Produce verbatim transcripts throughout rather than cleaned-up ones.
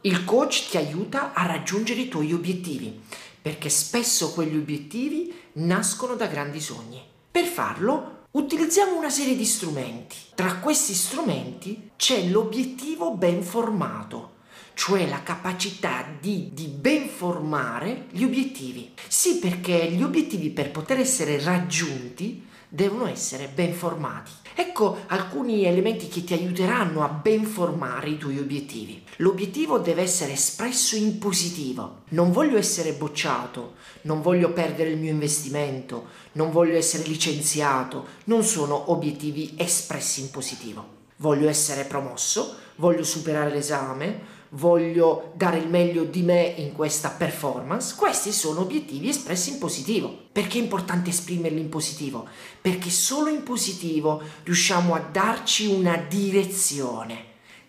Il coach ti aiuta a raggiungere i tuoi obiettivi, perché spesso quegli obiettivi nascono da grandi sogni. Per farlo utilizziamo una serie di strumenti. Tra questi strumenti c'è l'obiettivo ben formato, cioè la capacità di, di ben formare gli obiettivi. Sì, perché gli obiettivi, per poter essere raggiunti, devono essere ben formati. Ecco alcuni elementi che ti aiuteranno a ben formare i tuoi obiettivi. L'obiettivo deve essere espresso in positivo. Non voglio essere bocciato, non voglio perdere il mio investimento, non voglio essere licenziato. Non sono obiettivi espressi in positivo. Voglio essere promosso, voglio superare l'esame, voglio dare il meglio di me in questa performance. Questi sono obiettivi espressi in positivo. Perché è importante esprimerli in positivo? Perché solo in positivo riusciamo a darci una direzione,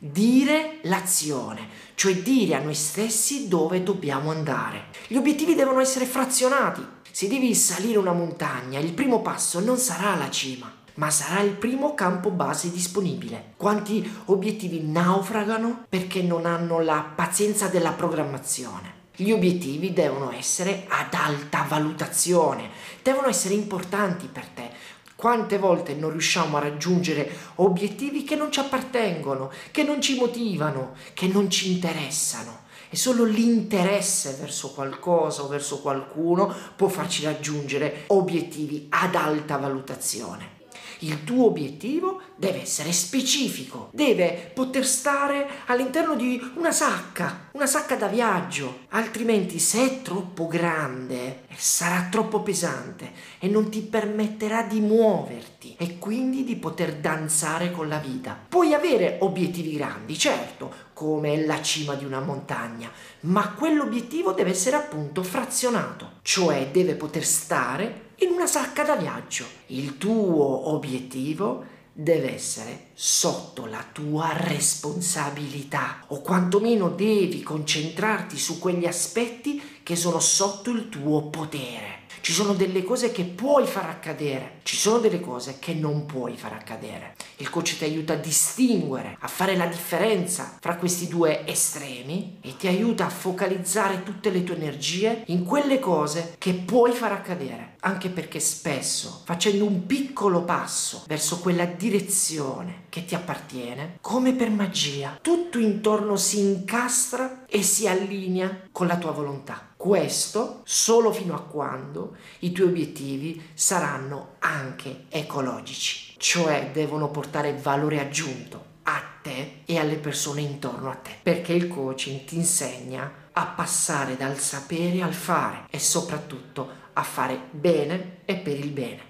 dire l'azione, cioè dire a noi stessi dove dobbiamo andare. Gli obiettivi devono essere frazionati. Se devi salire una montagna, il primo passo non sarà la cima, ma sarà il primo campo base disponibile. Quanti obiettivi naufragano perché non hanno la pazienza della programmazione? Gli obiettivi devono essere ad alta valutazione, devono essere importanti per te. Quante volte non riusciamo a raggiungere obiettivi che non ci appartengono, che non ci motivano, che non ci interessano? E solo l'interesse verso qualcosa o verso qualcuno può farci raggiungere obiettivi ad alta valutazione. Il tuo obiettivo deve essere specifico, deve poter stare all'interno di una sacca, una sacca da viaggio, altrimenti se è troppo grande sarà troppo pesante e non ti permetterà di muoverti e quindi di poter danzare con la vita. Puoi avere obiettivi grandi, certo, come la cima di una montagna, ma quell'obiettivo deve essere appunto frazionato, cioè deve poter stare in una sacca da viaggio. Il tuo obiettivo deve essere sotto la tua responsabilità, o quantomeno devi concentrarti su quegli aspetti che sono sotto il tuo potere. Ci sono delle cose che puoi far accadere, ci sono delle cose che non puoi far accadere. Il coach ti aiuta a distinguere, a fare la differenza fra questi due estremi e ti aiuta a focalizzare tutte le tue energie in quelle cose che puoi far accadere. Anche perché spesso, facendo un piccolo passo verso quella direzione che ti appartiene, come per magia, tutto intorno si incastra e si allinea con la tua volontà. Questo solo fino a quando i tuoi obiettivi saranno anche ecologici, cioè devono portare valore aggiunto a te e alle persone intorno a te, perché il coaching ti insegna a passare dal sapere al fare e soprattutto a fare bene e per il bene.